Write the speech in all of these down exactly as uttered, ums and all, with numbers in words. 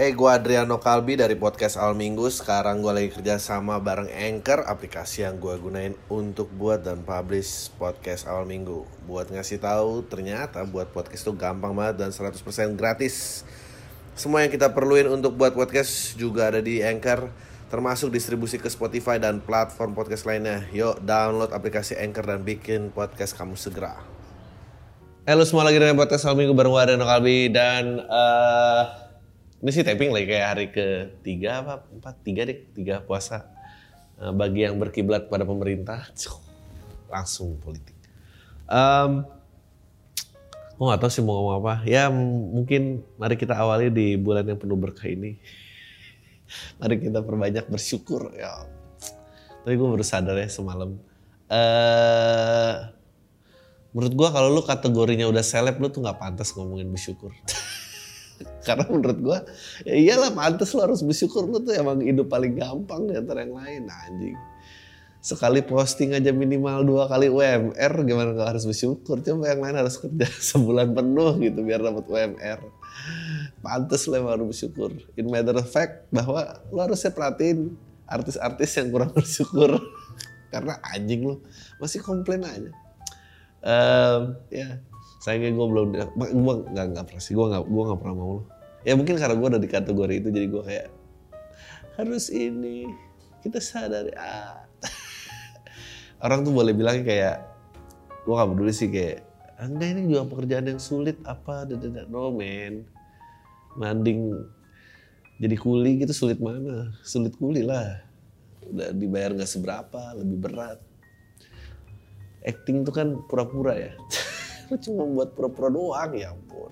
Hey, gue Adriano Kalbi dari podcast Awal Minggu. Sekarang gue lagi kerja sama bareng Anchor, aplikasi yang gue gunain untuk buat dan publish podcast Awal Minggu. Buat ngasih tahu, ternyata buat podcast itu gampang banget dan seratus persen gratis. Semua yang kita perluin untuk buat podcast juga ada di Anchor, termasuk distribusi ke Spotify dan platform podcast lainnya. Yuk download aplikasi Anchor dan bikin podcast kamu segera. Halo semua, lagi dengan podcast Awal Minggu bareng gue Adriano Kalbi. Dan uh, ini sih taping lagi kayak hari ketiga apa empat tiga deh tiga puasa. Uh, bagi yang berkiblat pada pemerintah, langsung politik. Um, gue nggak tahu sih mau ngomong apa. Ya m- mungkin mari kita awali di bulan yang penuh berkah ini. Mari kita perbanyak bersyukur. Ya. Tapi gue baru sadar ya semalam. Uh, menurut gue kalau lu kategorinya udah seleb, lu tuh nggak pantas ngomongin bersyukur. Karena menurut gue, ya iyalah pantas lo harus bersyukur, lo tuh emang hidup paling gampang di antara yang lain. Nah, anjing. Sekali posting aja minimal dua kali U M R, gimana gak harus bersyukur? Coba yang lain harus kerja sebulan penuh gitu biar dapat U M R. Pantas lo emang harus bersyukur. In matter of fact, bahwa lo harusnya perhatiin artis-artis yang kurang bersyukur. Karena anjing lo masih komplain aja. Um, ya. Sayangnya gue belum, gue nggak nggak pernah sih, gue nggak gue nggak pernah mau lo. Ya mungkin karena gue udah di kategori itu, jadi gue kayak harus ini kita sadari. Ah. Orang tuh boleh bilang kayak, gue nggak peduli sih kayak, enggak ini juga pekerjaan yang sulit apa, dadada. No man, mending jadi kuli gitu sulit mana? Sulit kuli lah, udah dibayar nggak seberapa, lebih berat. Acting tuh kan pura-pura ya. Lu cuma buat pura-pura doang, ya ampun.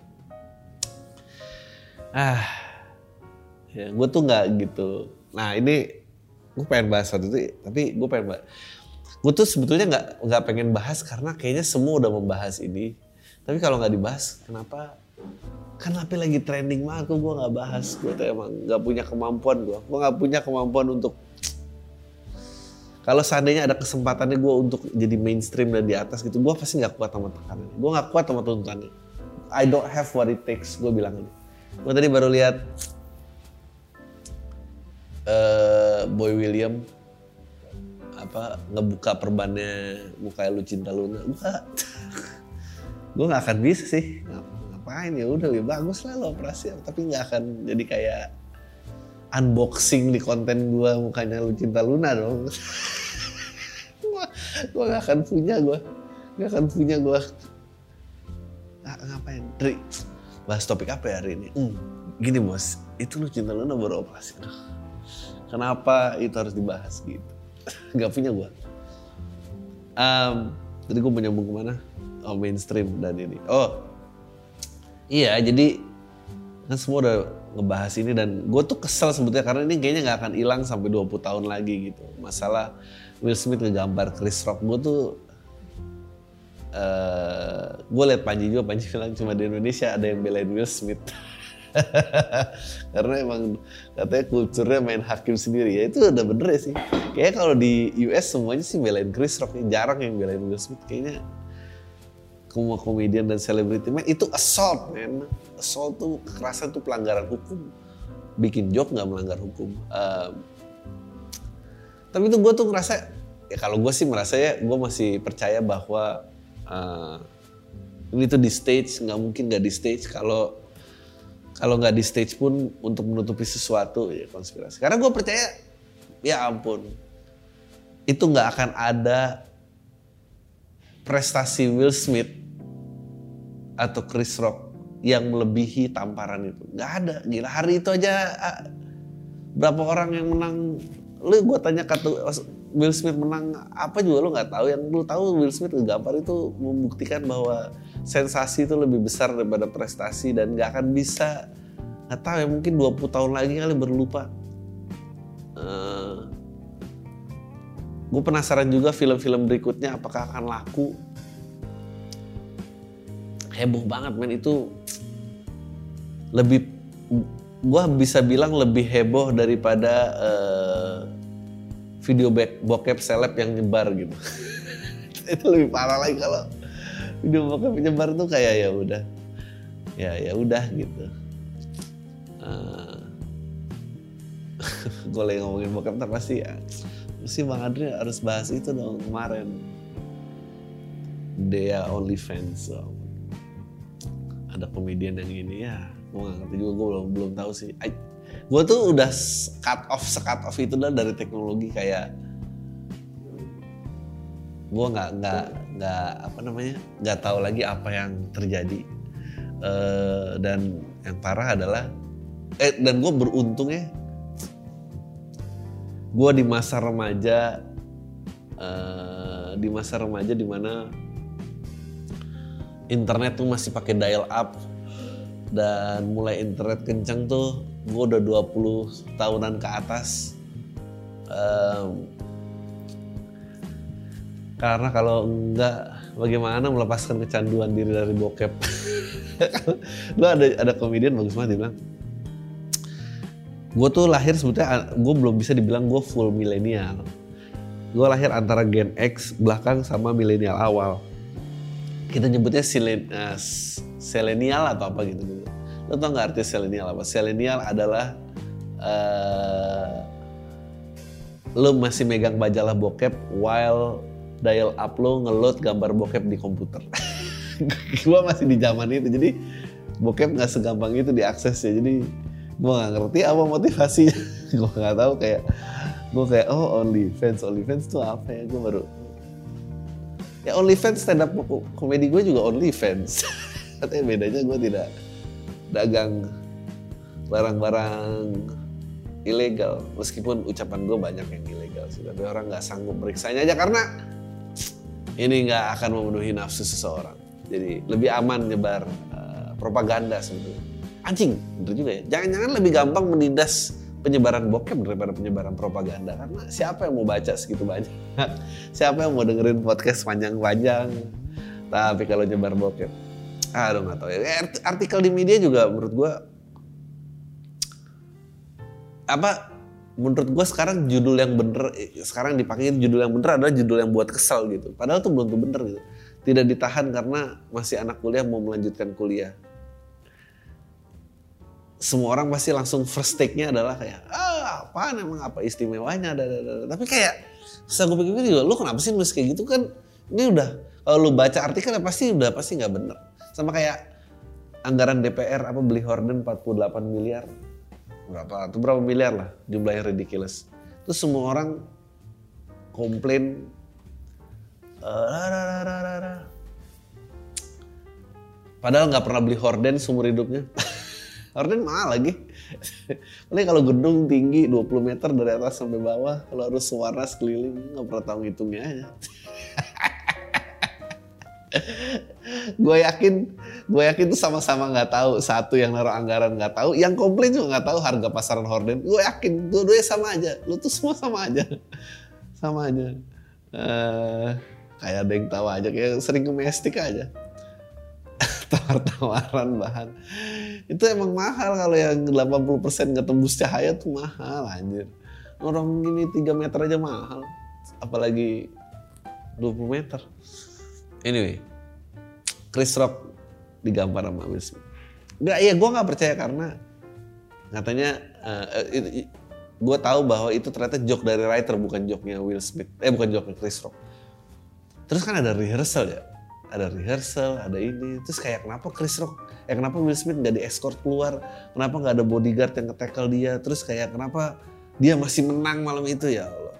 Ah, ya gue tuh nggak gitu. Nah ini gue pengen bahas waktu itu, tapi gue pengen bahas. Gue tuh sebetulnya nggak nggak pengen bahas karena kayaknya semua udah membahas ini. Tapi kalau nggak dibahas, kenapa? Kan tapi lagi trending banget, kok gue nggak bahas. Gue tuh emang nggak punya kemampuan gue. Gue nggak punya kemampuan untuk. Kalau seandainya ada kesempatannya gue untuk jadi mainstream dan di atas gitu, gue pasti nggak kuat sama tekanannya. Gue nggak kuat sama tuntutannya. I don't have what it takes, gue bilang ini. Gue tadi baru lihat uh, Boy William apa ngebuka perbannya Mukanya Lu Cinta Luna. Gue gue nggak akan bisa sih. Ngapain ya udah ya bagus lah lo operasi, tapi nggak akan jadi kayak unboxing di konten gue Mukanya Lu Cinta Luna dong. Gue gak akan punya gue. Gak akan punya gue. Nah, ngapain? Dri, bahas topik apa ya hari ini? Hmm, gini bos, itu Lu Cinta Luna baru operasi. Aduh, kenapa itu harus dibahas gitu? Gak punya gue. Um, tadi gue mau nyambung kemana? Oh mainstream dan ini. Oh iya jadi kan semua udah ngebahas ini dan gue tuh kesel sebetulnya karena ini kayaknya gak akan hilang sampai dua puluh tahun lagi gitu. Masalah Will Smith ngegambar Chris Rock, gue tuh uh, gue liat Panji juga, Panji bilang cuma di Indonesia ada yang belain Will Smith. Karena emang katanya kulturnya main hakim sendiri, ya itu udah bener ya sih. Kayaknya kalau di U S semuanya sih belain Chris Rock, jarang yang belain Will Smith kayaknya. Semua komedian dan selebriti, man itu assault man. Assault tuh kekerasan tuh pelanggaran hukum. Bikin joke gak melanggar hukum. Um, tapi itu gue tuh ngerasa, ya kalau gue sih merasa ya gue masih percaya bahwa uh, ini tuh di stage, gak mungkin gak di stage. Kalau kalau gak di stage pun untuk menutupi sesuatu ya konspirasi. Karena gue percaya, ya ampun, itu gak akan ada prestasi Will Smith atau Chris Rock yang melebihi tamparan itu. Gak ada, gila hari itu aja berapa orang yang menang. Lu gue tanya kata Will Smith menang apa juga lu gak tahu. Yang lu tahu Will Smith ngegambar itu membuktikan bahwa sensasi itu lebih besar daripada prestasi dan gak akan bisa, gak tahu ya mungkin dua puluh tahun lagi kali berlupa. Uh, gue penasaran juga film-film berikutnya apakah akan laku. Heboh banget men itu, lebih gue bisa bilang lebih heboh daripada uh, video bokep seleb yang nyebar gitu. Itu lebih parah lagi kalau video bokep nyebar tuh kayak ya udah, ya ya udah gitu. Uh, Gue lagi ngomongin bokep ntar pasti ya, pasti Bang Adri harus bahas itu dong kemarin. Dea OnlyFans. So. Ada komedian yang ini ya, gue gak ngerti juga, gue belum belum tahu sih. Gue tuh udah cut off, cut off itu dah dari teknologi kayak gue nggak nggak nggak apa namanya nggak tahu lagi apa yang terjadi. Uh, dan yang parah adalah eh dan gue beruntungnya gue di masa remaja uh, di masa remaja di mana internet tuh masih pakai dial up, dan mulai internet kencang tuh gue udah dua puluh tahunan ke atas. Um, karena kalau enggak bagaimana melepaskan kecanduan diri dari bokep. Lu ada ada komedian bagus banget, dia bilang gue tuh lahir sebetulnya gue belum bisa dibilang gue full milenial. Gue lahir antara Gen X belakang sama milenial awal. Kita nyebutnya silen, uh, selenial atau apa gitu dulu. Lo tau gak arti selenial apa? Selenial adalah uh, lo masih megang majalah bokep while dial up lo ngeload gambar bokep di komputer. Gue masih di zaman itu, jadi bokep gak segampang itu diakses ya. Jadi gue gak ngerti apa motivasinya. Gue gak tahu, kayak gue kayak oh OnlyFans, OnlyFans tuh apa ya? Gue baru ya OnlyFans, stand up komedi gue juga OnlyFans. Katanya bedanya gue tidak dagang barang-barang ilegal, meskipun ucapan gue banyak yang ilegal sih, tapi orang nggak sanggup meriksanya aja karena ini nggak akan memenuhi nafsu seseorang. Jadi lebih aman nyebar uh, propaganda sebetulnya. Anjing, bener juga ya. Jangan-jangan lebih gampang menindas penyebaran bokep daripada penyebaran propaganda, karena siapa yang mau baca segitu banyak? Siapa yang mau dengerin podcast panjang-panjang? Tapi kalau nyebar bokep, aduh nggak tahu ya. Artikel di media juga menurut gue apa? Menurut gue sekarang judul yang bener, sekarang dipakai judul yang bener adalah judul yang buat kesel gitu. Padahal tuh belum tuh bener gitu. Tidak ditahan karena masih anak kuliah mau melanjutkan kuliah. Semua orang pasti langsung first take-nya adalah kayak, ah apaan emang, apa istimewanya, ada, ada, ada. Tapi kayak, setelah gue pikir juga, lu kenapa sih nulis kayak gitu kan? Ini udah, kalau lu baca artikel pasti udah pasti nggak bener. Sama kayak anggaran D P R apa beli horden empat puluh delapan miliar, berapa? Itu berapa miliar lah, jumlahnya ridiculous. Terus semua orang komplain, uh, padahal nggak pernah beli horden seumur hidupnya. Horden mahal lagi. Paling kalau gedung tinggi dua puluh meter dari atas sampai bawah, kalau harus suara sekeliling, nggak pernah tahu ngitungnya aja. Gue yakin, gue yakin tuh sama-sama nggak tahu. Satu yang naruh anggaran nggak tahu, yang komplain juga nggak tahu harga pasaran horden. Gue yakin dua-duanya sama aja. Lu tuh semua sama aja, sama aja. Uh, kayak ada yang tahu aja, kayak sering ke mestik aja. Tawar-tawaran bahan itu emang mahal. Kalau yang delapan puluh persen nggak tembus cahaya tuh mahal anjir. Orang gini tiga meter aja mahal, apalagi dua puluh meter. Anyway, Chris Rock digambar sama Will Smith. Nggak, iya gue nggak percaya karena katanya uh, gue tahu bahwa itu ternyata joke dari writer, bukan joke-nya Will Smith. Eh bukan joke-nya Chris Rock. Terus kan ada rehearsal ya. Ada rehearsal, ada ini. Terus kayak kenapa Chris Rock, eh kenapa Will Smith gak di-escort keluar? Kenapa gak ada bodyguard yang nge-tackle dia? Terus kayak kenapa dia masih menang malam itu, ya Allah.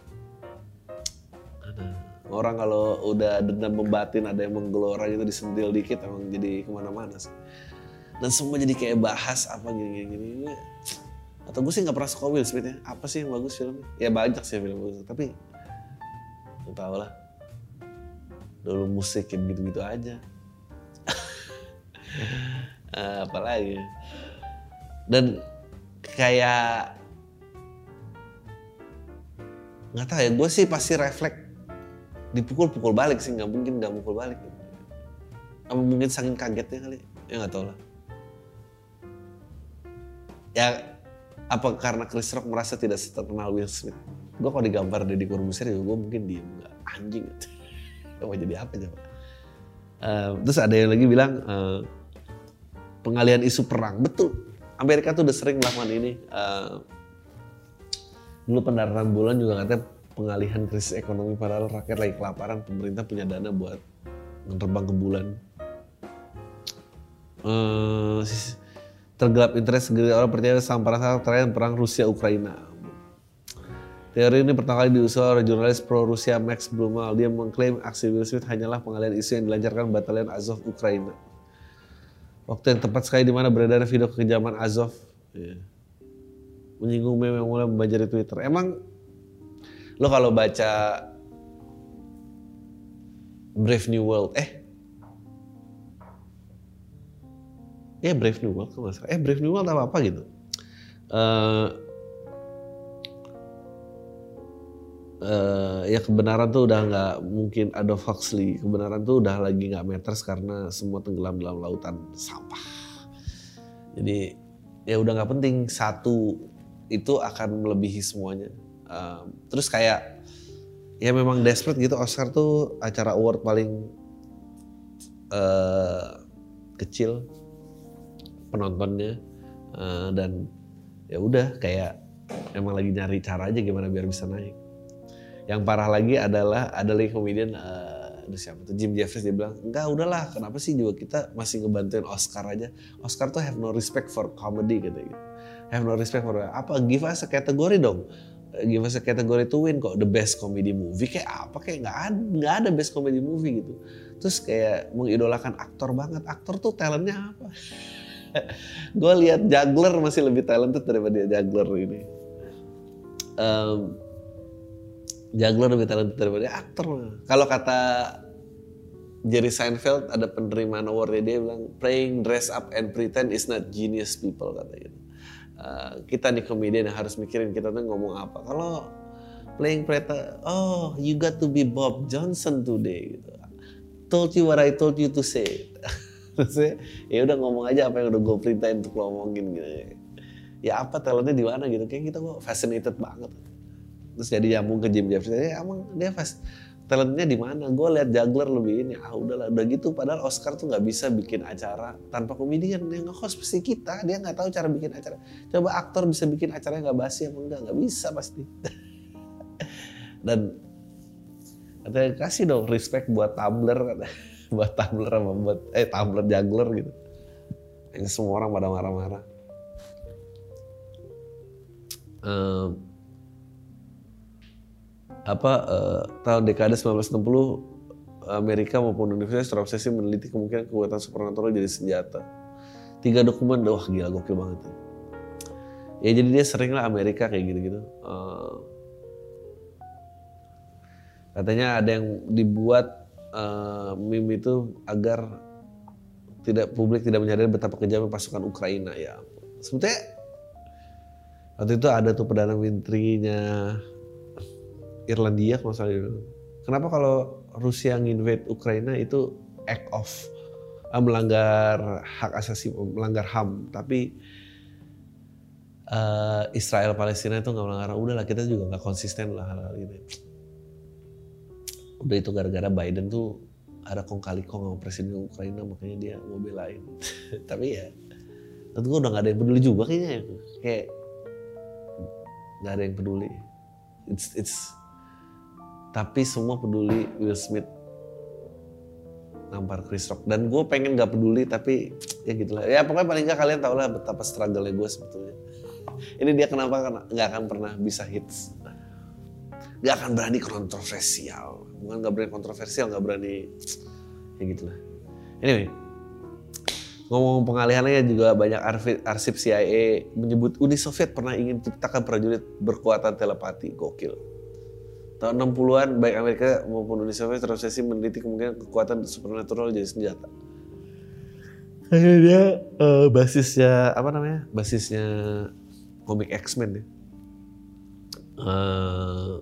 Orang kalau udah dendam membatin, ada yang menggelora gitu, disentil dikit emang jadi kemana-mana sih. Dan semua jadi kayak bahas apa gini-gini. Atau gue sih gak pernah suka Will Smith ya. Apa sih yang bagus filmnya? Ya banyak sih film bagus, tapi gak tau lah. Dulu musik kayak gitu-gitu aja. Apalagi. Dan kayak nggak tahu ya, gue sih pasti refleks dipukul-pukul balik sih, nggak mungkin nggak mukul balik. Apa mungkin saking kagetnya kali? Ya nggak tahu lah. Ya apa karena Chris Rock merasa tidak terkenal Will Smith? Gue kalau digambar Deddy Corbuzier ya gue mungkin diem, nggak anjing. Mau jadi apa coba? Uh, terus ada yang lagi bilang uh, pengalihan isu perang. Betul, Amerika tuh udah sering melakukan ini. Uh, Dulu pendaratan bulan juga katanya pengalihan krisis ekonomi, padahal rakyat lagi kelaparan, pemerintah punya dana buat menerbang ke bulan. Uh, tergelap interest segera orang percaya sang perasaan terakhir perang Rusia Ukraina. Teori ini pertama kali diusul oleh jurnalis pro-Rusia Max Blumenthal. Dia mengklaim aksi Will Smith hanyalah pengalihan isu yang dilancarkan batalion Azov Ukraina. Waktu yang tepat sekali di mana beredar video kekejaman Azov. Yeah. Menyinggung meme yang mulai membanjiri Twitter. Emang lo kalau baca Brave New World, eh, ya Brave New World, kan eh Brave New World apa apa gitu. Uh, Uh, ya kebenaran tuh udah nggak mungkin ada Huxley, kebenaran tuh udah lagi nggak matters karena semua tenggelam dalam lautan sampah. Jadi ya udah nggak penting, satu itu akan melebihi semuanya. Uh, terus kayak ya memang desperate gitu, Oscar tuh acara award paling uh, kecil penontonnya, uh, dan ya udah kayak emang lagi nyari cara aja gimana biar bisa naik. Yang parah lagi adalah ada lagi komedian, uh, aduh siapa tuh, Jim Jeffries, dia bilang enggak udahlah kenapa sih juga kita masih ngebantuin Oscar aja, Oscar tuh have no respect for comedy gitu, gitu. Have no respect for apa, give us a category dong, give us a category to win kok, the best comedy movie kayak apa, kayak nggak ada nggak ada best comedy movie gitu. Terus kayak mengidolakan aktor banget, aktor tuh talentnya apa? Gue lihat juggler masih lebih talented daripada dia juggler ini. Um, Juggler lebih talented daripada aktor. Kalau kata Jerry Seinfeld, ada penerimaan awardnya, dia bilang playing dress up and pretend is not genius people, katanya. Uh, kita nih komedian yang harus mikirin kita tuh ngomong apa. Kalau playing pretend, oh you got to be Bob Johnson today, gitu. Told you what I told you to say. Terus ya udah ngomong aja apa yang udah gue perintahin untuk lo ngomongin gitu. Ya apa talentnya di mana gitu, kayak kita kok fascinated banget. Terus jadi nyambung ke Jim Jeffries, ya emang dia fast talentnya di mana? Gue lihat juggler lebih ini, ah udahlah, udah gitu. Padahal Oscar tuh nggak bisa bikin acara tanpa komedian, yang nge-host pasti kita, dia nggak tahu cara bikin acara. Coba aktor bisa bikin acara yang nggak basi apa enggak? Nggak bisa pasti. Dan katanya kasih dong respect buat Tumblr, kata. Buat Tumblr sama buat eh Tumblr juggler gitu. Yang semua orang pada marah-marah. Um, apa uh, tahun dekade sembilan belas enam puluh Amerika maupun universitas terobsesi meneliti kemungkinan kekuatan supernatural jadi senjata. Tiga dokumen, wah gila gokil banget. Ya jadi dia sering lah Amerika kayak gitu-gitu. Uh, katanya ada yang dibuat uh, meme itu agar tidak publik tidak menyadari betapa kejamnya pasukan Ukraina. Ya, sebetulnya waktu itu ada tuh perdana menterinya Irlandia kalau salah. Kenapa kalau Rusia nginvade Ukraina itu act of uh, melanggar hak asasi, melanggar H A M, tapi uh, Israel Palestina itu nggak melanggar. Udahlah kita juga nggak konsisten lah hal-hal ini. Udah itu gara-gara Biden tuh ada kong kali kong sama presiden Ukraina, makanya dia mau belain. Tapi ya, tentu gue udah nggak ada yang peduli juga kayaknya, kayak nggak ada yang peduli. It's it's tapi semua peduli Will Smith nampar Chris Rock, dan gue pengen gak peduli tapi ya gitulah. Ya pokoknya paling gak kalian tau lah betapa struggle-nya gue sebetulnya. Ini dia kenapa gak akan pernah bisa hits, gak akan berani kontroversial, bukan gak berani kontroversial, gak berani ya gitulah. Anyway, ngomong pengalihannya juga banyak arsip C I A menyebut Uni Soviet pernah ingin ciptakan prajurit berkuatan telepati. Gokil. Tahun enam puluhan baik Amerika maupun Uni Soviet terobsesi meneliti kemungkinan kekuatan supernatural jadi senjata. Akhirnya dia uh, basisnya apa namanya? Basisnya komik X-Men ya. Uh,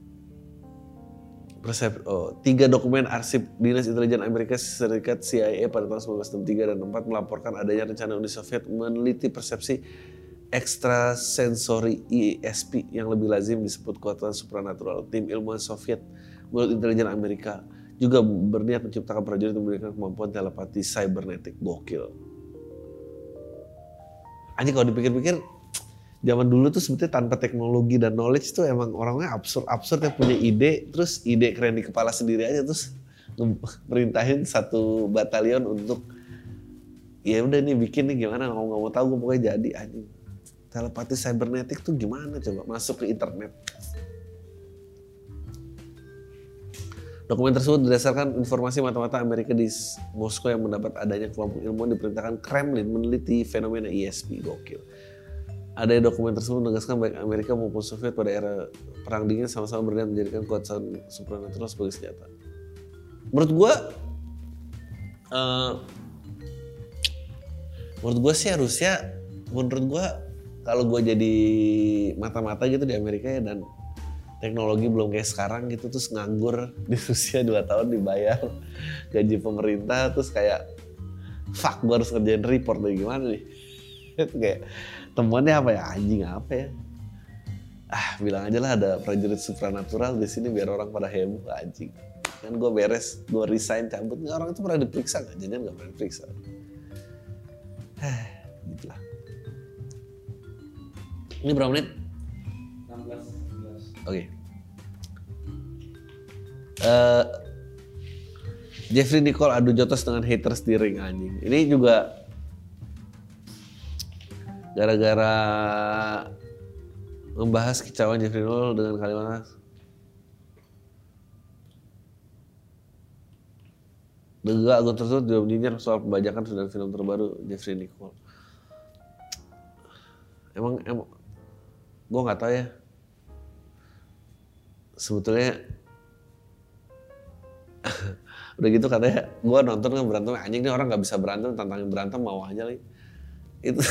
persep, oh, tiga dokumen arsip Dinas Intelijen Amerika Serikat C I A pada tahun seribu sembilan ratus enam puluh tiga dan enam puluh empat melaporkan adanya rencana Uni Soviet meneliti persepsi ekstrasensory E S P yang lebih lazim disebut kekuatan supranatural. Tim ilmuwan Soviet menurut intelijen Amerika juga berniat menciptakan prajurit yang memberikan kemampuan telepati cybernetik. Gokil. Anjing kalau dipikir-pikir zaman dulu tuh sebetulnya tanpa teknologi dan knowledge tuh emang orangnya absurd-absurd yang punya ide, terus ide keren di kepala sendiri aja, terus merintahin satu batalion untuk ya udah nih bikin nih gimana, nggak mau nggak mau tahu gue pokoknya jadi anjing. Telepati cybernetik tuh gimana coba masuk ke internet. Dokumen tersebut berdasarkan informasi mata-mata Amerika di Moskow yang mendapat adanya kelompok ilmuwan diperintahkan Kremlin meneliti fenomena E S P. Gokil. Adanya dokumen tersebut menegaskan baik Amerika maupun Soviet pada era Perang Dingin sama-sama berniat menjadikan kekuatan supranatural sebagai senjata. Menurut gue, uh, menurut gue sih harusnya, menurut gue kalau gue jadi mata-mata gitu di Amerika ya, dan teknologi belum kayak sekarang gitu, terus nganggur di Rusia dua tahun dibayar gaji pemerintah, terus kayak fuck gue harus ngerjain report lagi gimana nih. Itu kayak temuannya apa ya, anjing apa ya, ah bilang aja lah ada prajurit supranatural di sini biar orang pada heboh, anjing kan gue beres, gue resign cabut. Orang itu pernah diperiksa nggak? Jangan nggak pernah diperiksa. Gitu lah. Ini berapa menit? enam belas. Oke. Okay. Uh, Jeffrey Nicole adu jotos dengan haters di ring, anjing. Ini juga gara-gara membahas kicauan Jeffrey Nicole dengan kalimat Dega agung tersebut juga menyinyir soal pembajakan dalam film terbaru Jeffrey Nicole. Emang, emang gue nggak tahu ya. Sebetulnya udah gitu katanya gue nonton kan berantem, anjing nih orang nggak bisa berantem, tantangin berantem mau aja lagi. Itu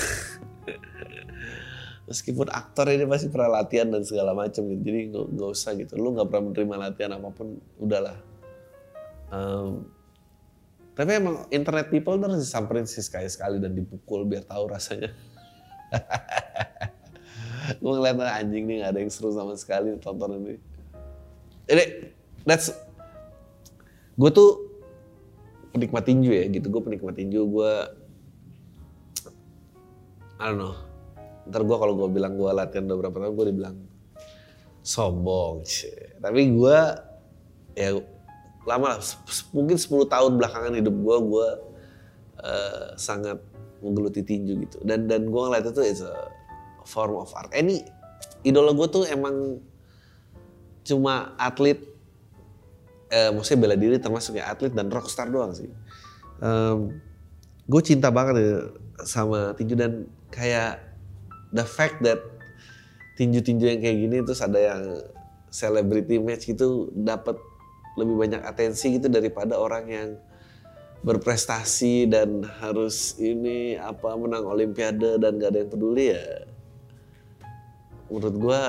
meskipun aktor ini pasti pernah latihan dan segala macam gitu, jadi nggak usah gitu. Lu nggak pernah menerima latihan apapun, udahlah. Um, Tapi emang internet people harus disamperin sih sekali-sekali dan dipukul biar tahu rasanya. Gue ngeliat anjing nih gak ada yang seru sama sekali tontonan ini. Ini, that's, gue tuh penikmat tinju ya gitu, gue penikmat tinju, gue, I don't know. Ntar gue kalau gue bilang gue latihan udah berapa tahun, gue dibilang sombong. Tapi gue, ya lama lah, mungkin sepuluh tahun belakangan hidup gue, gue uh, sangat menggeluti tinju gitu. Dan dan gue ngeliat itu it's a form of art. Ini idola gue tuh emang cuma atlet, eh, maksudnya bela diri termasuk ya atlet dan rockstar doang sih. Um, gue cinta banget ya sama tinju dan kayak the fact that tinju-tinju yang kayak gini terus ada yang celebrity match gitu dapat lebih banyak atensi gitu daripada orang yang berprestasi dan harus ini apa menang olimpiade dan gak ada yang peduli ya. Menurut gue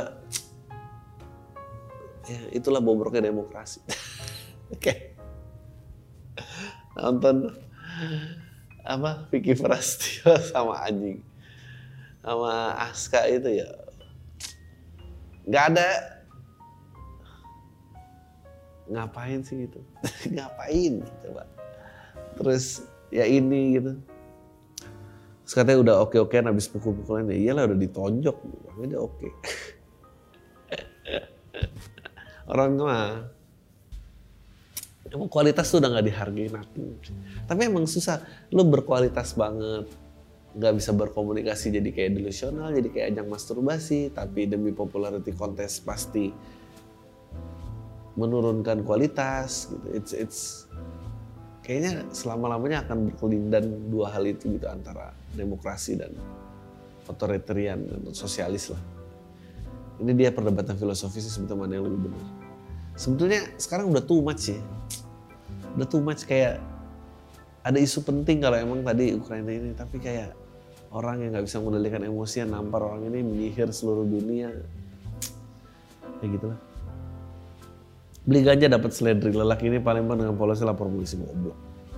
ya itulah bobroknya demokrasi. Oke. Okay. Nonton apa Vicky Prastio sama anjing sama Aska itu ya nggak ada, ngapain sih gitu. Ngapain coba terus ya ini gitu terus katanya udah oke-okean habis pukul-pukulan ya iyalah udah ditonjok makanya dia oke. Orang mah emang kualitas tuh udah gak dihargain aku. Tapi emang susah, lu berkualitas banget gak bisa berkomunikasi jadi kayak delusional, jadi kayak ajang masturbasi, tapi demi popularity kontes pasti menurunkan kualitas gitu. It's it's kayaknya selama-lamanya akan berkelindan dua hal itu gitu, antara demokrasi dan otoritarian dan sosialis lah. Ini dia perdebatan filosofis sebetulnya mana yang lebih benar. Sebetulnya sekarang udah too much ya. Udah too much, kayak ada isu penting kalau emang tadi Ukraina ini, tapi kayak orang yang gak bisa mengendalikan emosi yang nampar orang ini menyihir seluruh dunia. Kayak gitu lah. Beli ganja dapat seledri, lelaki ini Palembang dengan polisi lapor polisi, goblok.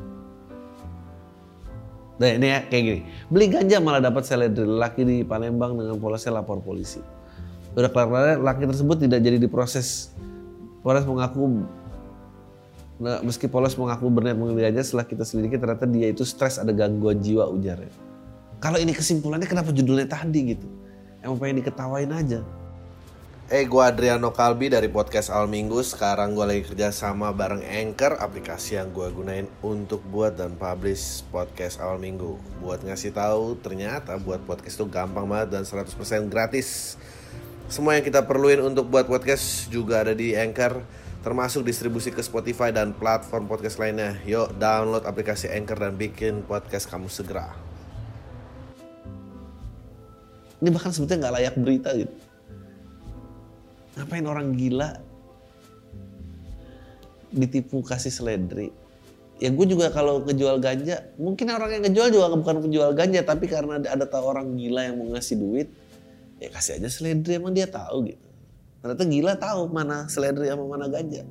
Nah ini ya kayak gini, beli ganja malah dapat seledri, lelaki di Palembang dengan polisi lapor polisi. Udah kelar-kelar, lelaki tersebut tidak jadi diproses. Polres mengaku, nah, meski Polres mengaku berniat mengambil ganja, setelah kita selidiki ternyata dia itu stres, ada gangguan jiwa ujarnya. Kalau ini kesimpulannya kenapa judulnya tadi gitu? emang pengen diketawain aja. Eh, gue Adriano Kalbi dari podcast Al Minggu. Sekarang gue lagi kerja sama bareng Anchor, aplikasi yang gue gunain untuk buat dan publish podcast Al Minggu. Buat ngasih tahu, ternyata buat podcast itu gampang banget dan seratus persen gratis. Semua yang kita perluin untuk buat podcast juga ada di Anchor, termasuk distribusi ke Spotify dan platform podcast lainnya. Yuk download aplikasi Anchor dan bikin podcast kamu segera. Ini bahkan sebetulnya gak layak berita gitu. Ngapain orang gila ditipu kasih seledri? Ya gue juga kalau ngejual ganja, mungkin orang yang ngejual juga bukan penjual ganja, tapi karena ada tahu orang gila yang mau ngasih duit, ya kasih aja seledri, emang dia tahu gitu. Ternyata gila tahu mana seledri sama mana ganja.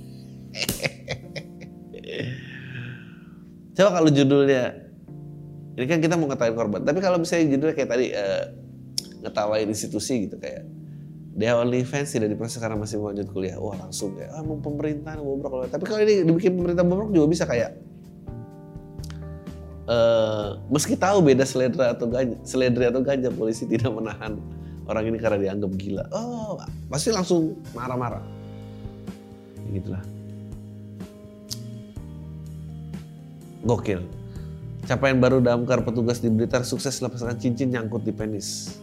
Coba kalau judulnya, ini kan kita mau ngetawain korban, tapi kalau misalnya judulnya kayak tadi uh, ngetawain institusi gitu, kayak dia OnlyFans tidak diproses karena masih mau lanjut kuliah. Wah langsung kayak, ah mau pemerintahan bobrok. Tapi kalau ini dibikin pemerintah bobrok juga bisa kayak, uh, meski tahu beda seledri atau ganja, seledri atau ganja, polisi tidak menahan orang ini karena dianggap gila. Oh, pasti langsung marah-marah. Ya gitulah. Gokil. Capaian baru damkar petugas di Blitar sukses lepaskan cincin nyangkut di penis.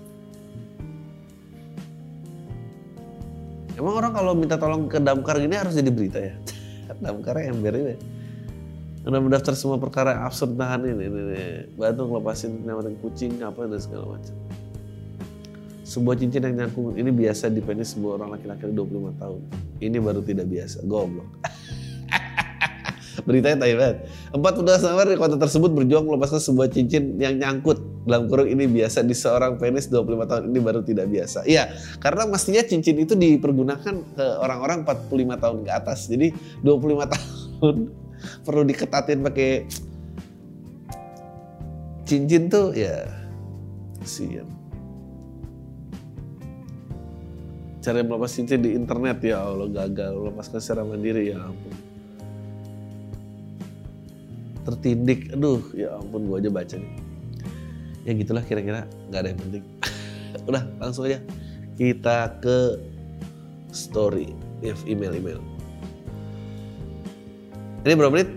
Emang orang kalau minta tolong ke damkar gini harus jadi berita ya? Damkarnya ember ini. Udah mendaftar semua perkara absurd tahan ini, ini, ini. Bantu ngelepasin nyamatin kucing apa dan segala macam. Sebuah cincin yang nyangkut ini biasa di penis sebuah orang laki-laki dua puluh lima tahun. Ini baru tidak biasa. Goblok. Beritanya tai banget. Empat petugas damkar di kota tersebut berjuang melepaskan sebuah cincin yang nyangkut. Dalam kurung ini biasa di seorang penis dua puluh lima tahun, ini baru tidak biasa. Iya, karena mestinya cincin itu dipergunakan ke orang-orang empat puluh lima tahun ke atas. Jadi dua puluh lima tahun perlu diketatin pakai cincin tuh ya. Kasian. Cara melepas cincin di internet, ya Allah gagal. Melepaskan secara mandiri, ya ampun. Tertindik, aduh ya ampun, gua aja baca nih. Ya gitulah kira-kira, gak ada yang penting. Udah langsung aja kita ke story, email-email. Ini berapa menit?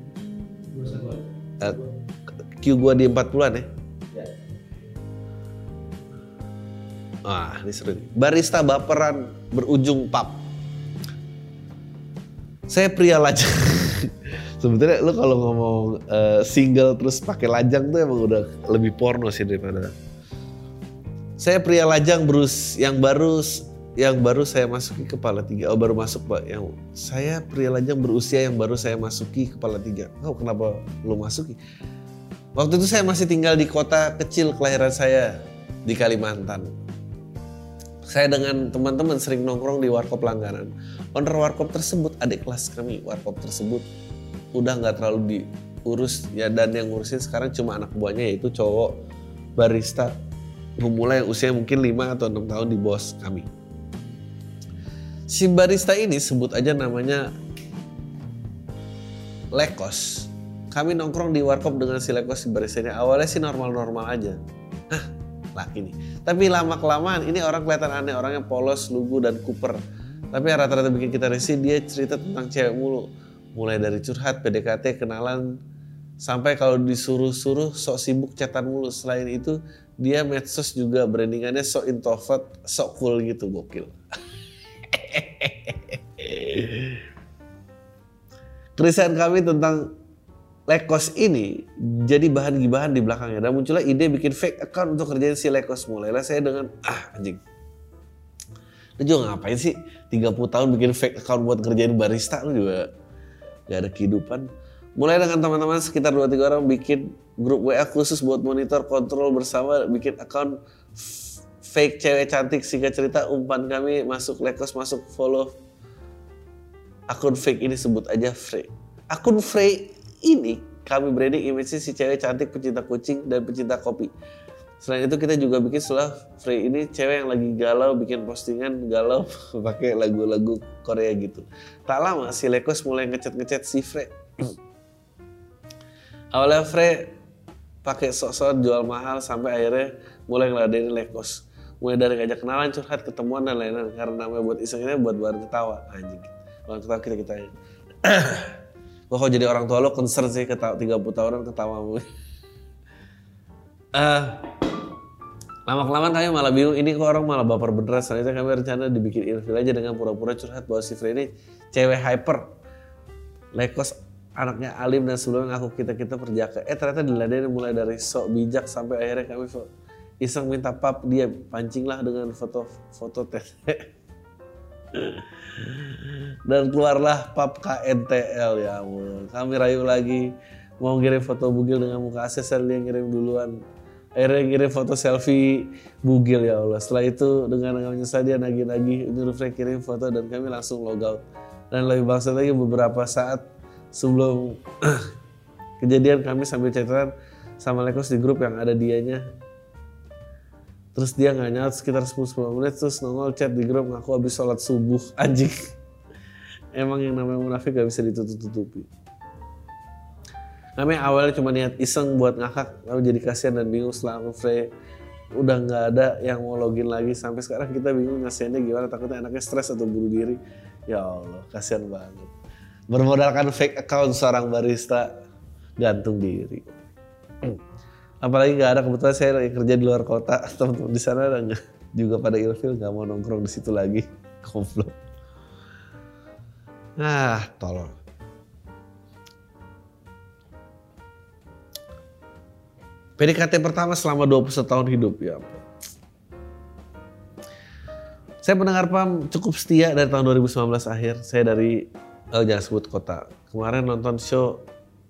Uh, Q gua di empat puluhan ya? Wah ini seru nih. Barista baperan berujung pub. Saya pria lajang. Sebetulnya lu kalau ngomong uh, single terus pakai lajang tuh emang udah lebih porno sih daripada. Saya pria lajang Bruce yang baru yang baru saya masuki kepala tiga. Oh baru masuk Pak. Yang saya pria lajang berusia yang baru saya masuki kepala tiga. Oh kenapa lu masuki? Waktu itu saya masih tinggal di kota kecil kelahiran saya di Kalimantan. Saya dengan teman-teman sering nongkrong di warkop langganan. Owner warkop tersebut adik kelas kami. Warkop tersebut udah nggak terlalu diurus ya, dan yang ngurusin sekarang cuma anak buahnya, yaitu cowok barista pemula yang usia mungkin lima atau enam tahun di bos kami. Si barista ini sebut aja namanya Lekos. Kami nongkrong di warkop dengan si Lekos, si baristanya. Awalnya sih normal-normal aja. Hah, laki nih. Tapi lama-kelamaan ini orang kelihatan aneh, orangnya polos, lugu dan kuper. Tapi rata-rata bikin kita risih, dia cerita tentang cewek mulu. Mulai dari curhat, P D K T, kenalan, sampai kalau disuruh-suruh sok sibuk chatan mulu. Selain itu dia medsos juga brandingannya sok introvert, sok cool gitu, gokil. Keresahan kami tentang Lekos ini jadi bahan gibahan di belakangnya, dan muncullah ide bikin fake account untuk kerjain si Lekos. Mulailah saya dengan ah anjing, lu juga ngapain sih tiga puluh tahun bikin fake account buat kerjain barista, lu juga gak ada kehidupan. Mulai dengan teman-teman sekitar dua tiga orang bikin grup W A khusus buat monitor kontrol bersama, bikin account fake cewek cantik. Singkat cerita umpan kami masuk Lekos, masuk follow akun fake ini, sebut aja Frey. Akun Frey ini kami branding image si cewek cantik pecinta kucing dan pecinta kopi. Selain itu kita juga bikin setelah Frey ini cewek yang lagi galau, bikin postingan galau pakai lagu-lagu Korea gitu. Tak lama si Lekos mulai ngechat-ngechat si Frey. Awalnya Frey pakai sok-sok jual mahal sampai akhirnya mulai ngeladenin Lekos. mulai dari ngajak kenalan, curhat, ketemuan dan lain-lain. Karena namanya buat isengnya buat bareng ketawa. Anjing, bareng ketawa kita-kitanya. Gue kalau jadi orang tua lo concern sih ketawa, tiga puluh tahunan ketawa mulu. Uh, lama-kelamaan kami malah bingung, ini kok orang malah baper beneran. Selanjutnya kami rencana dibikin ilfil aja dengan pura-pura curhat bahwa si Freddy cewek hyper. Lekos anaknya alim dan sebelumnya ngaku kita-kita perjaka. Eh ternyata diladenin mulai dari sok bijak sampai akhirnya kami iseng minta pap, dia pancing lah dengan foto-foto tete. Dan keluarlah pap K N T L, ya ampun. Kami rayu lagi mau ngirim foto bugil dengan muka asesor, dia ngirim duluan. Akhirnya ngirim foto selfie bugil, ya Allah. Setelah itu dengan menyesal dia nagih-nagih nyuruh Frank kirim foto dan kami langsung logout. Dan lebih bangsat lagi beberapa saat sebelum kejadian kami sambil chatan sama Lekos di grup yang ada dianya. Terus dia gak nyaut sekitar sepuluh menit terus nongol chat di grup ngaku habis sholat subuh. Anjing. Emang yang namanya munafik gak bisa ditutup-tutupi. Kami awalnya cuma niat iseng buat ngakak, lalu jadi kasihan dan bingung setelah aku Frey udah nggak ada yang mau login lagi. Sampai sekarang kita bingung ngasihinnya gimana, takutnya anaknya stres atau bunuh diri. Ya Allah, kasihan banget. Bermodalkan fake account seorang barista gantung diri. Apalagi nggak ada, kebetulan saya lagi kerja di luar kota, teman-teman di sana ada juga pada ilfil nggak mau nongkrong di situ lagi. Goblok. Ah, tolong. P D K T pertama selama dua puluh satu tahun hidup, ya. Saya pendengar Pam cukup setia dari tahun dua ribu sembilan belas akhir. Saya dari, oh jangan sebut kota. Kemarin nonton show,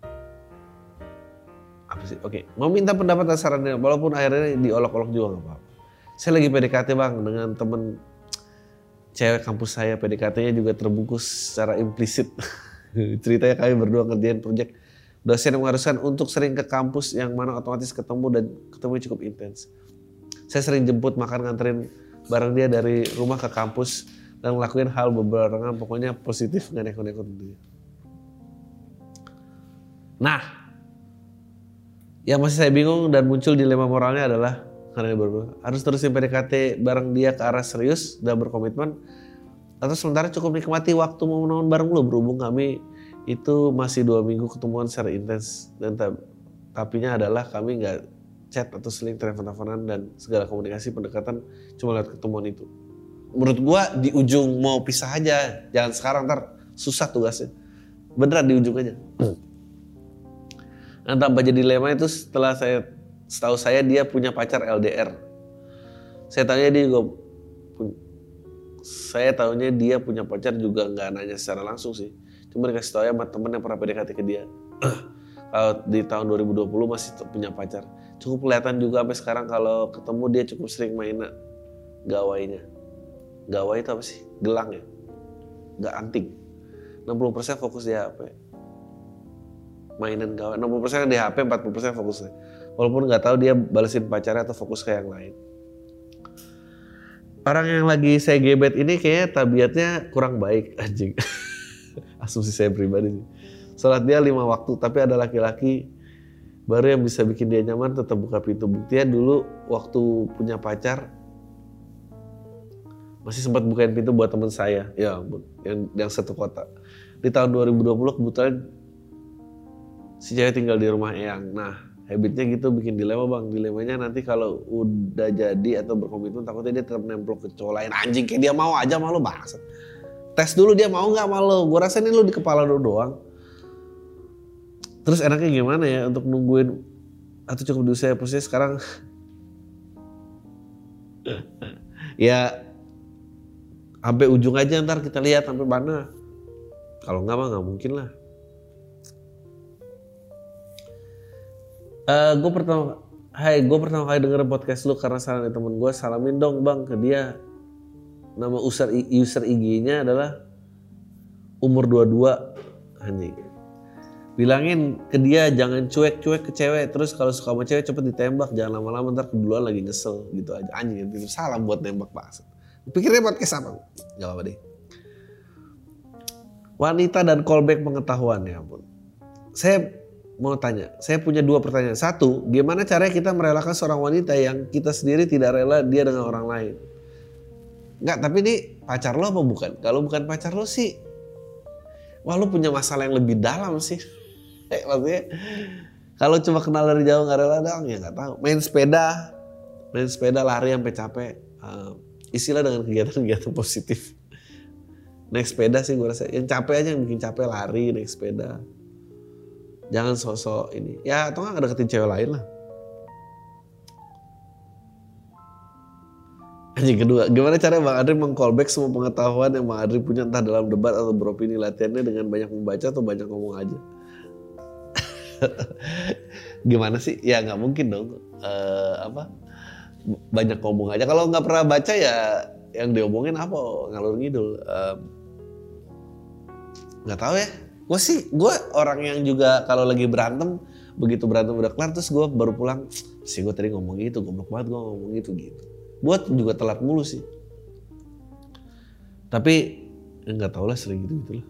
apa sih? Oke, mau minta pendapat dan sarannya, walaupun akhirnya diolok-olok juga gak apa-apa. Saya lagi P D K T bang dengan temen cewek kampus saya. P D K T-nya juga terbungkus secara implisit. Ceritanya kami berdua ngerjain project dosen yang mengharuskan untuk sering ke kampus yang mana otomatis ketemu dan ketemu cukup intens. Saya sering jemput, makan, nganterin bareng dia dari rumah ke kampus dan ngelakuin hal bebarengan, pokoknya positif, gak neko-neko dia. Nah, yang masih saya bingung dan muncul dilema moralnya adalah karena dia berdua harus terusin P D K T bareng dia ke arah serius dan berkomitmen, atau sementara cukup nikmati waktu momen-momen bareng lo, berhubung kami itu masih dua minggu ketemuan secara intens dan tapinya adalah kami nggak chat atau seling telepon-teleponan dan segala komunikasi pendekatan cuma lewat ketemuan itu. Menurut gua di ujung mau pisah aja, jangan sekarang, ntar susah tugasnya. Beneran di ujung aja. Nah, tambah jadi dilema itu setelah saya, setahu saya dia punya pacar L D R. Saya tahunya dia juga saya tahunya dia punya pacar juga nggak nanya secara langsung sih. Cuma dikasih tau ya sama temen yang pernah P D K T ke dia. Kalau di tahun dua ribu dua puluh masih punya pacar. Cukup kelihatan juga sampai sekarang kalau ketemu dia cukup sering main gawainya. Gawai itu apa sih? Gelang ya? Gak anting. enam puluh persen fokus di H P. Mainan gawai. enam puluh persen di H P, empat puluh persen fokusnya. Walaupun gak tahu dia balesin pacarnya atau fokus ke yang lain. Orang yang lagi saya gebet ini kayaknya tabiatnya kurang baik, anjing. Asumsi saya pribadi sih. Sholat dia lima waktu, tapi ada laki-laki baru yang bisa bikin dia nyaman tetap buka pintu. Buktinya dulu waktu punya pacar masih sempat bukain pintu buat teman saya, ya ampun, yang yang satu kota. Di tahun dua ribu dua puluh kebetulan si cewek tinggal di rumah Eyang. Nah, habitnya gitu bikin dilema bang. Dilemanya nanti kalau udah jadi atau berkomitmen takutnya dia tetap nempel ke cowok lain. Anjing, kayak dia mau aja malu banget. Tes dulu dia mau gak sama lo. Gue rasa ini lo di kepala lo doang. Terus enaknya gimana ya untuk nungguin atau cukup di usia posisi sekarang? Ya sampai ujung aja, ntar kita lihat sampai mana. Kalau enggak mah nggak mungkin lah. Uh, gue pertama, hai gue pertama kali denger podcast lu karena saran dari temen gue. Salamin dong bang ke dia. Nama user user I G-nya adalah umur dua puluh dua. Anjing. Bilangin ke dia jangan cuek-cuek ke cewek. Terus kalau suka sama cewek cepet ditembak. Jangan lama-lama ntar keduluan lagi nyesel gitu aja. Anjing itu salam buat nembak banget. Pikirnya podcast apa? Gak apa-apa deh. Wanita dan callback pengetahuan, ya ampun. Saya mau tanya, saya punya dua pertanyaan. Satu, gimana caranya kita merelakan seorang wanita yang kita sendiri tidak rela dia dengan orang lain? Enggak, tapi ini pacar lo apa bukan? Kalau bukan pacar lo sih, wah lo punya masalah yang lebih dalam sih. Eh, maksudnya, kalau cuma kenal dari jauh nggak rela dong, ya nggak tahu. Main sepeda, main sepeda lari sampai capek. Uh, isilah dengan kegiatan-kegiatan positif. Naik sepeda sih gue rasa, yang capek aja yang bikin capek lari, naik sepeda. Jangan sosok ini, ya atau nggak deketin cewek lain lah. Yang kedua, gimana cara Bang Adri meng-callback semua pengetahuan yang Bang Adri punya entah dalam debat atau beropini, latihannya dengan banyak membaca atau banyak ngomong aja? Gimana sih? Ya nggak mungkin dong. Uh, apa? Banyak ngomong aja. Kalau nggak pernah baca ya yang diomongin apa? Ngalur ngidul. Nggak uh, tahu ya. Gue sih, gue orang yang juga kalau lagi berantem, begitu berantem udah kelar terus gue baru pulang, sih gue tadi ngomong gitu, goblok banget gue ngomong gitu gitu. Buat juga telat mulu sih. Tapi nggak tahu lah, sering gitu gitulah.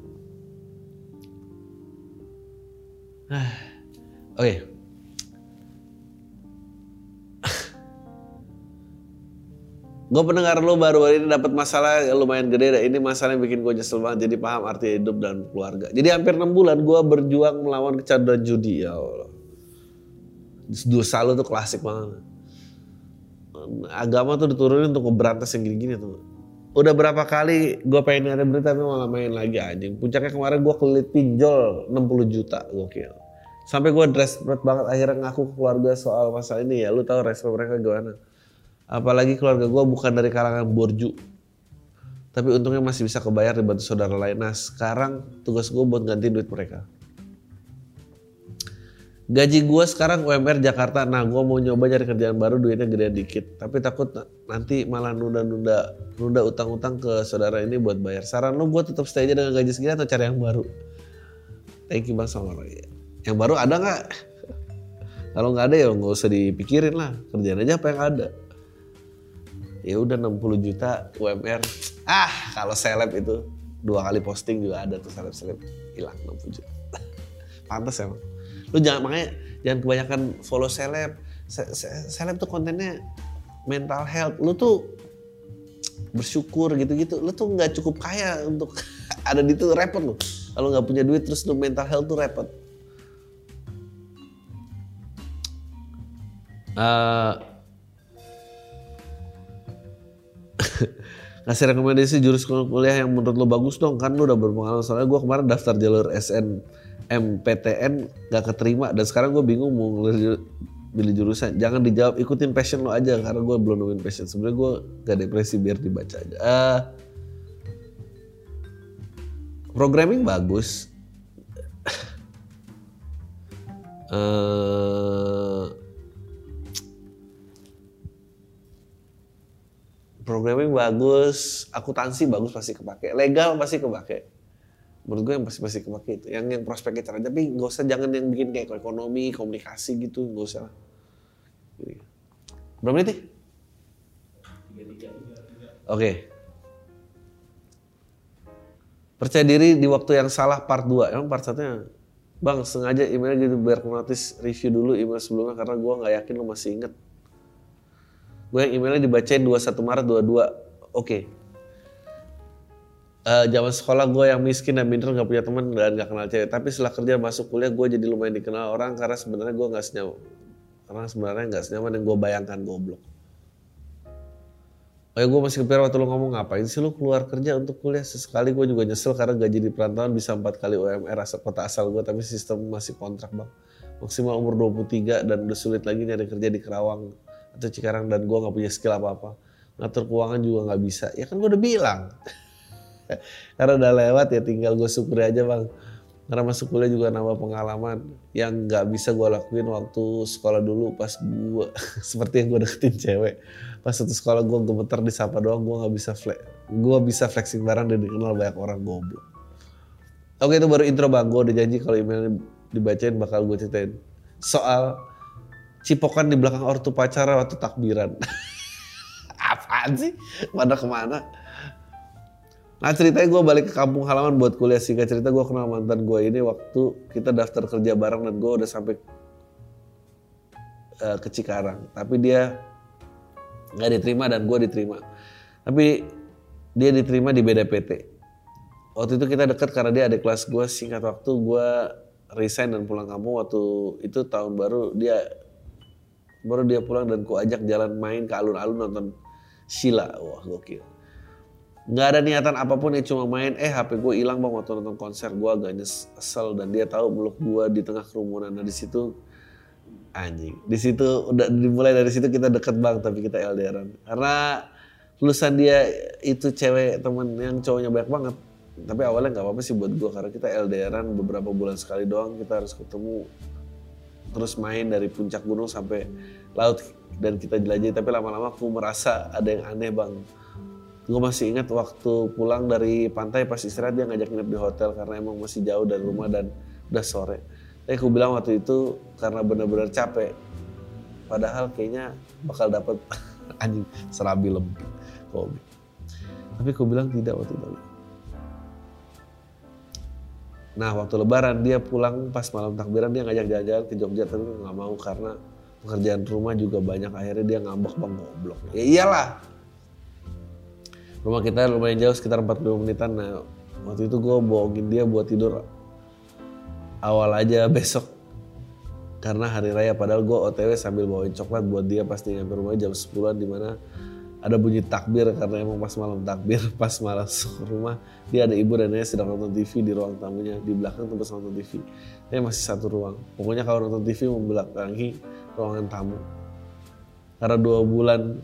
Ah, oke. Okay. Gue pendengar lo baru-baru ini dapat masalah lumayan gede deh. Ini masalah yang bikin gue nyesel banget. Jadi paham arti hidup dan keluarga. Jadi hampir enam bulan gue berjuang melawan kecanduan judi. Ya Allah. Dosa lo tuh klasik banget. Agama tuh diturunin untuk ngeberantas yang gini-gini tuh. Udah berapa kali gue pengen ada berita tapi malah main lagi anjing. Puncaknya kemarin gue kelit pinjol enam puluh juta. Gokil. Sampai gue desperate banget akhirnya ngaku ke keluarga soal masalah ini ya. Lu tahu respon mereka gimana? Apalagi keluarga gue bukan dari kalangan borju. Tapi untungnya masih bisa kebayar dibantu saudara lain. Nah sekarang tugas gue buat ganti duit mereka. Gaji gue sekarang U M R Jakarta. Nah gue mau nyoba cari kerjaan baru duitnya gedean dikit. Tapi takut nanti malah nunda-nunda nunda utang-utang ke saudara ini buat bayar. Saran lu gue tetap stay aja dengan gaji segini atau cari yang baru? Thank you Bang Samara. Yang baru ada gak? Kalau gak ada ya gak usah dipikirin lah. Kerjaan aja apa yang ada. Ya udah enam puluh juta U M R. Ah, kalau seleb itu dua kali posting juga ada tuh seleb-seleb hilang enam puluh juta. Pantes emang. Lu jangan makanya jangan kebanyakan follow seleb. Seleb tuh kontennya mental health. Lu tuh bersyukur gitu-gitu. Lu tuh nggak cukup kaya untuk ada di tuh repot lu. Kalau nggak punya duit terus lu mental health tuh repot. Uh, Kasih rekomendasi jurus kuliah yang menurut lo bagus dong, kan lo udah berpengalaman. Soalnya gue kemarin daftar jalur S N M P T N gak keterima dan sekarang gue bingung mau pilih jurusan. Jangan dijawab, ikutin passion lo aja karena gue belum nemuin passion. Sebenarnya gue gak depresi biar dibaca aja. Uh, programming bagus. uh, Programming bagus, akuntansi bagus pasti kepake, legal pasti kepake. Menurut gue yang pasti pasti kepake itu, yang yang prospeknya cerah. Tapi nggak usah, jangan yang bikin kayak ekonomi, komunikasi gitu, nggak usah. Berapa menit nih? Oke. Okay. Percaya diri di waktu yang salah part dua. Emang part satunya, Bang sengaja emailnya gitu biar notice review dulu email sebelumnya karena gue nggak yakin lo masih inget. Gue yang emailnya dibacain dua puluh satu Maret dua puluh dua. Oke. Okay. Uh, zaman sekolah gue yang miskin dan minder gak punya teman dan gak kenal cewek. Tapi setelah kerja masuk kuliah gue jadi lumayan dikenal orang karena sebenarnya gue gak senyaman. Karena sebenarnya gak senyaman yang gue bayangkan, goblok. Oh ya gue masih kepikiran waktu lu ngomong ngapain sih lu keluar kerja untuk kuliah. Sesekali gue juga nyesel karena gaji di perantauan bisa empat kali U M R asal kota asal gue. Tapi sistem masih kontrak bang. Maksimal umur dua puluh tiga dan udah sulit lagi nyari kerja di Kerawang atau Cikarang dan gue gak punya skill apa-apa. Ngatur keuangan juga gak bisa. Ya kan gue udah bilang. Karena udah lewat ya tinggal gue syukuri aja bang. Karena masuk kuliah juga nambah pengalaman yang gak bisa gue lakuin waktu sekolah dulu pas gue seperti yang gue deketin cewek. Pas satu sekolah gue gemeter disapa doang, gue gak bisa flex. Gue bisa flexing barang dan dikenal banyak orang, goblok. Oke itu baru intro bang, gue udah janji kalau email dibacain bakal gue ceritain soal cipokan di belakang ortu pacara waktu takbiran. Apaan sih? Pada kemana? Nah ceritanya gue balik ke kampung halaman buat kuliah. Singkat cerita gue kenal mantan gue ini waktu kita daftar kerja bareng dan gue udah sampai uh, ke Cikarang. Tapi dia gak diterima dan gue diterima. Tapi dia diterima di beda P T. Waktu itu kita deket karena dia adik kelas gue. Singkat waktu gue resign dan pulang kampung. Waktu itu tahun baru dia baru dia pulang dan gue ajak jalan main ke alun-alun nonton Sheila. Wah gokil. Nggak ada niatan apapun ya, cuma main. Eh H P gue hilang bang waktu nonton konser. Gue agak nyesel dan dia tahu meluk gue di tengah kerumunan. Nah di situ anjing. Di situ udah dimulai dari situ kita deket bang, tapi kita L D R-an. Karena lulusan dia itu cewek temen yang cowoknya banyak banget. Tapi awalnya nggak apa-apa sih buat gue karena kita L D R-an beberapa bulan sekali doang. Kita harus ketemu terus main dari puncak gunung sampai laut dan kita jelajahi. Tapi lama-lama aku merasa ada yang aneh bang. Gue masih ingat waktu pulang dari pantai pas istirahat dia ngajak nginep di hotel karena emang masih jauh dari rumah dan udah sore. Tapi aku bilang waktu itu karena benar-benar capek. Padahal kayaknya bakal dapet anjing serabi lebih. Tapi aku bilang tidak waktu itu. Nah waktu lebaran dia pulang pas malam takbiran dia ngajak jalan-jalan ke Jogja tapi gue gak mau karena pekerjaan rumah juga banyak. Akhirnya dia ngambek bang goblok. Ya iyalah. Rumah kita lumayan jauh sekitar empat puluh menitan. Nah waktu itu gue bohongin dia buat tidur awal aja besok. Karena hari raya padahal gue O T W sambil bawain coklat buat dia pasti nyampe rumahnya jam sepuluhan dimana ada bunyi takbir karena emang pas malam takbir. Pas malam ke rumah dia ada ibu dan ayah sedang nonton T V di ruang tamunya. Di belakang tempat nonton T V. Dia masih satu ruang. Pokoknya kalau nonton T V membelakangi ruangan tamu. Karena dua bulan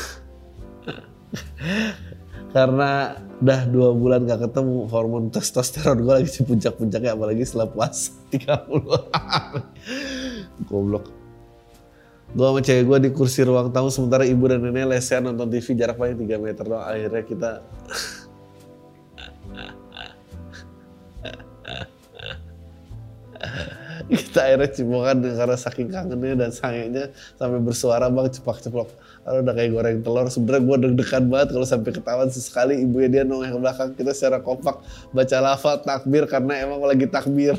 karena udah dua bulan gak ketemu, hormon testosteron gue lagi di puncak-puncaknya apalagi setelah puasa tiga puluh hari. Goblok. Gue sama cewek gue di kursi ruang tamu sementara ibu dan nenek lesehan nonton T V jarak paling tiga meter doang. Akhirnya kita kita akhirnya cipokan karena saking kangennya dan sayangnya sampai bersuara bang cepak-ceplok. Kalau udah kayak goreng telur. Sebenernya gue deg-degan banget kalau sampai ketahuan sesekali ibunya dia nongol ke belakang kita secara kompak baca lafal takbir karena emang lagi takbir.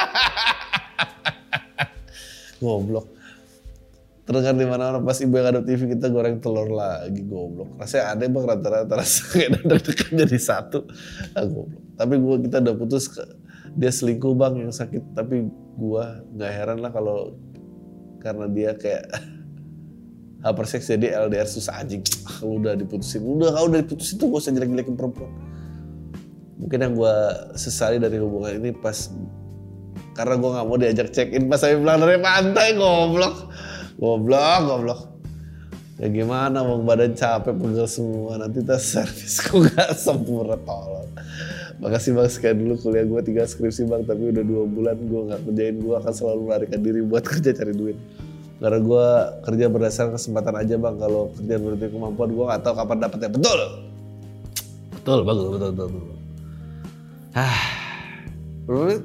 Goblok. Terdengar di mana-mana pas ibu yang ada T V kita goreng telur lagi goblok. Rasanya aneh bang rata-rata rasanya deg-degan jadi satu. Ah, goblok. Tapi gue kita udah putus ke dia selingkuh bang yang sakit. Tapi gue nggak heran lah kalau karena dia kayak hyperseks jadi L D R susah anjing. Ah, lu udah diputusin, udah kau udah diputusin tuh gak usah jelek-jelekin perempuan. Mungkin yang gue sesali dari hubungan ini pas karena gue nggak mau diajak check in pas saya pulang dari pantai goblok, goblok, goblok. Ya gimana bang badan capek pegel semua nanti tas servisku nggak sempurna tolong. Makasih bang sekian dulu kuliah gue tinggal skripsi bang tapi udah dua bulan gue nggak kerjain gue akan selalu melarikan diri buat kerja cari duit. Karena gue kerja berdasarkan kesempatan aja bang. Kalau kerjaan berarti kemampuan gue gak tahu kapan dapetnya. Betul. Betul, bagus, betul, betul, betul. Ah, berapa menit?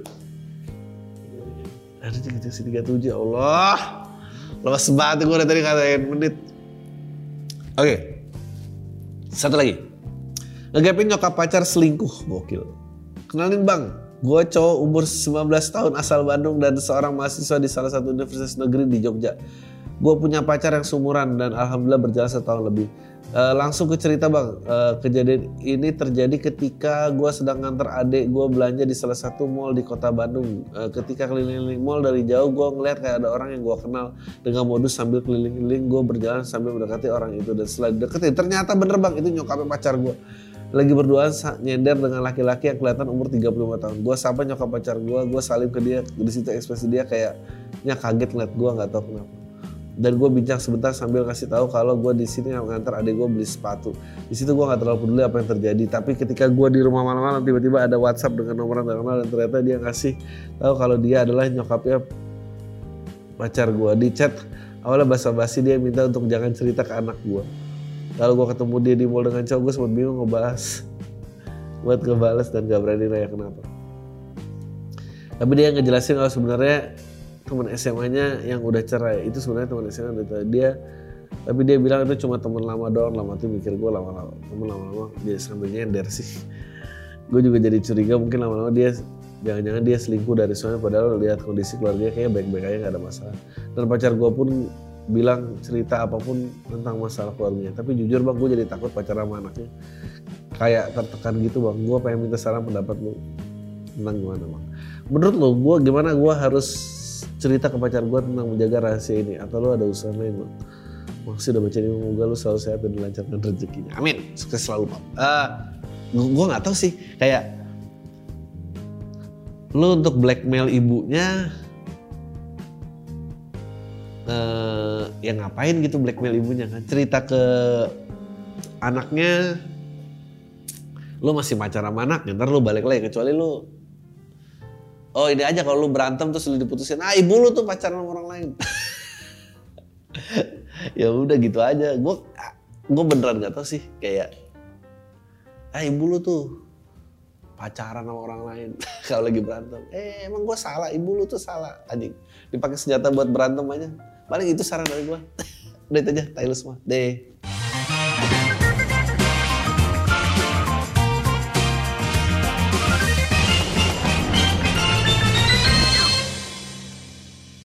Ada tiga tiga tujuh, ya Allah. Lepas banget gue udah tadi katain menit. Oke, okay. Satu lagi. Ngegapin nyokap pacar selingkuh, gokil. Kenalin bang. Gue cowok umur sembilan belas tahun asal Bandung dan seorang mahasiswa di salah satu universitas negeri di Jogja. Gue punya pacar yang seumuran dan alhamdulillah berjalan setahun lebih. E, langsung ke cerita bang, e, kejadian ini terjadi ketika gue sedang nganter adik gue belanja di salah satu mall di kota Bandung. E, ketika keliling-keliling mall dari jauh gue ngeliat kayak ada orang yang gue kenal. Dengan modus sambil keliling-keliling gue berjalan sambil mendekati orang itu. Dan setelah deketin ternyata bener bang itu nyokapnya pacar gue. Lagi berduaan nyender dengan laki-laki yang kelihatan umur tiga puluh lima tahun. Gue sapa nyokap pacar gue, gue salim ke dia. Di situ ekspresi dia kayaknya kaget ngeliat gue, nggak tahu kenapa. Dan gue bincang sebentar sambil kasih tahu kalau gue di sini ngantar adik gue beli sepatu. Di situ gue nggak terlalu peduli apa yang terjadi. Tapi ketika gue di rumah malam-malam tiba-tiba ada WhatsApp dengan nomor yang tak kenal dan ternyata dia ngasih tahu kalau dia adalah nyokapnya pacar gue. Di chat awalnya basa-basi dia minta untuk jangan cerita ke anak gue. Kalau gue ketemu dia di mall dengan cowok, gue sempat bingung ngebalas. Buat ngebalas dan gak berani nanya kenapa. Tapi dia ngejelasin kalau sebenarnya teman S M A-nya yang udah cerai. Itu sebenarnya teman S M A udah dia. Tapi dia bilang itu cuma teman lama doang. Lama tuh mikir gue lama-lama. Teman lama-lama dia sambil nyender sih. gue juga jadi curiga mungkin lama-lama dia jangan-jangan dia selingkuh dari suami padahal lihat kondisi keluarganya kayaknya baik-baik aja nggak ada masalah. Dan pacar gue pun bilang cerita apapun tentang masalah keluarganya. Tapi jujur bang, gue jadi takut pacaran sama anaknya kayak tertekan gitu bang. Gue pengen minta saran pendapat lu tentang gimana bang. Menurut lu gue gimana gue harus cerita ke pacar gue tentang menjaga rahasia ini, atau lu ada usaha lain bang? Makasih udah baca ini, semoga lu selalu sehat dan dilancarkan rezekinya. Amin, sukses selalu bang. Uh, gue nggak tahu sih, kayak lu untuk blackmail ibunya, uh, ya ngapain gitu blackmail ibunya kan? Cerita ke anaknya, lu masih pacaran sama anaknya, ntar lu balik lagi kecuali lu, oh ini aja kalau lu berantem terus lu diputusin, ah ibu lu tuh pacaran sama orang lain. Ya udah gitu aja. Gue gue beneran nggak tahu sih, kayak ah ibu lu tuh pacaran sama orang lain kalau lagi berantem. Eh emang gue salah, ibu lu tuh salah. Anjing, dipakai senjata buat berantem aja. Paling itu saran dari gue. Udah itu aja, tai lu semua. Deh.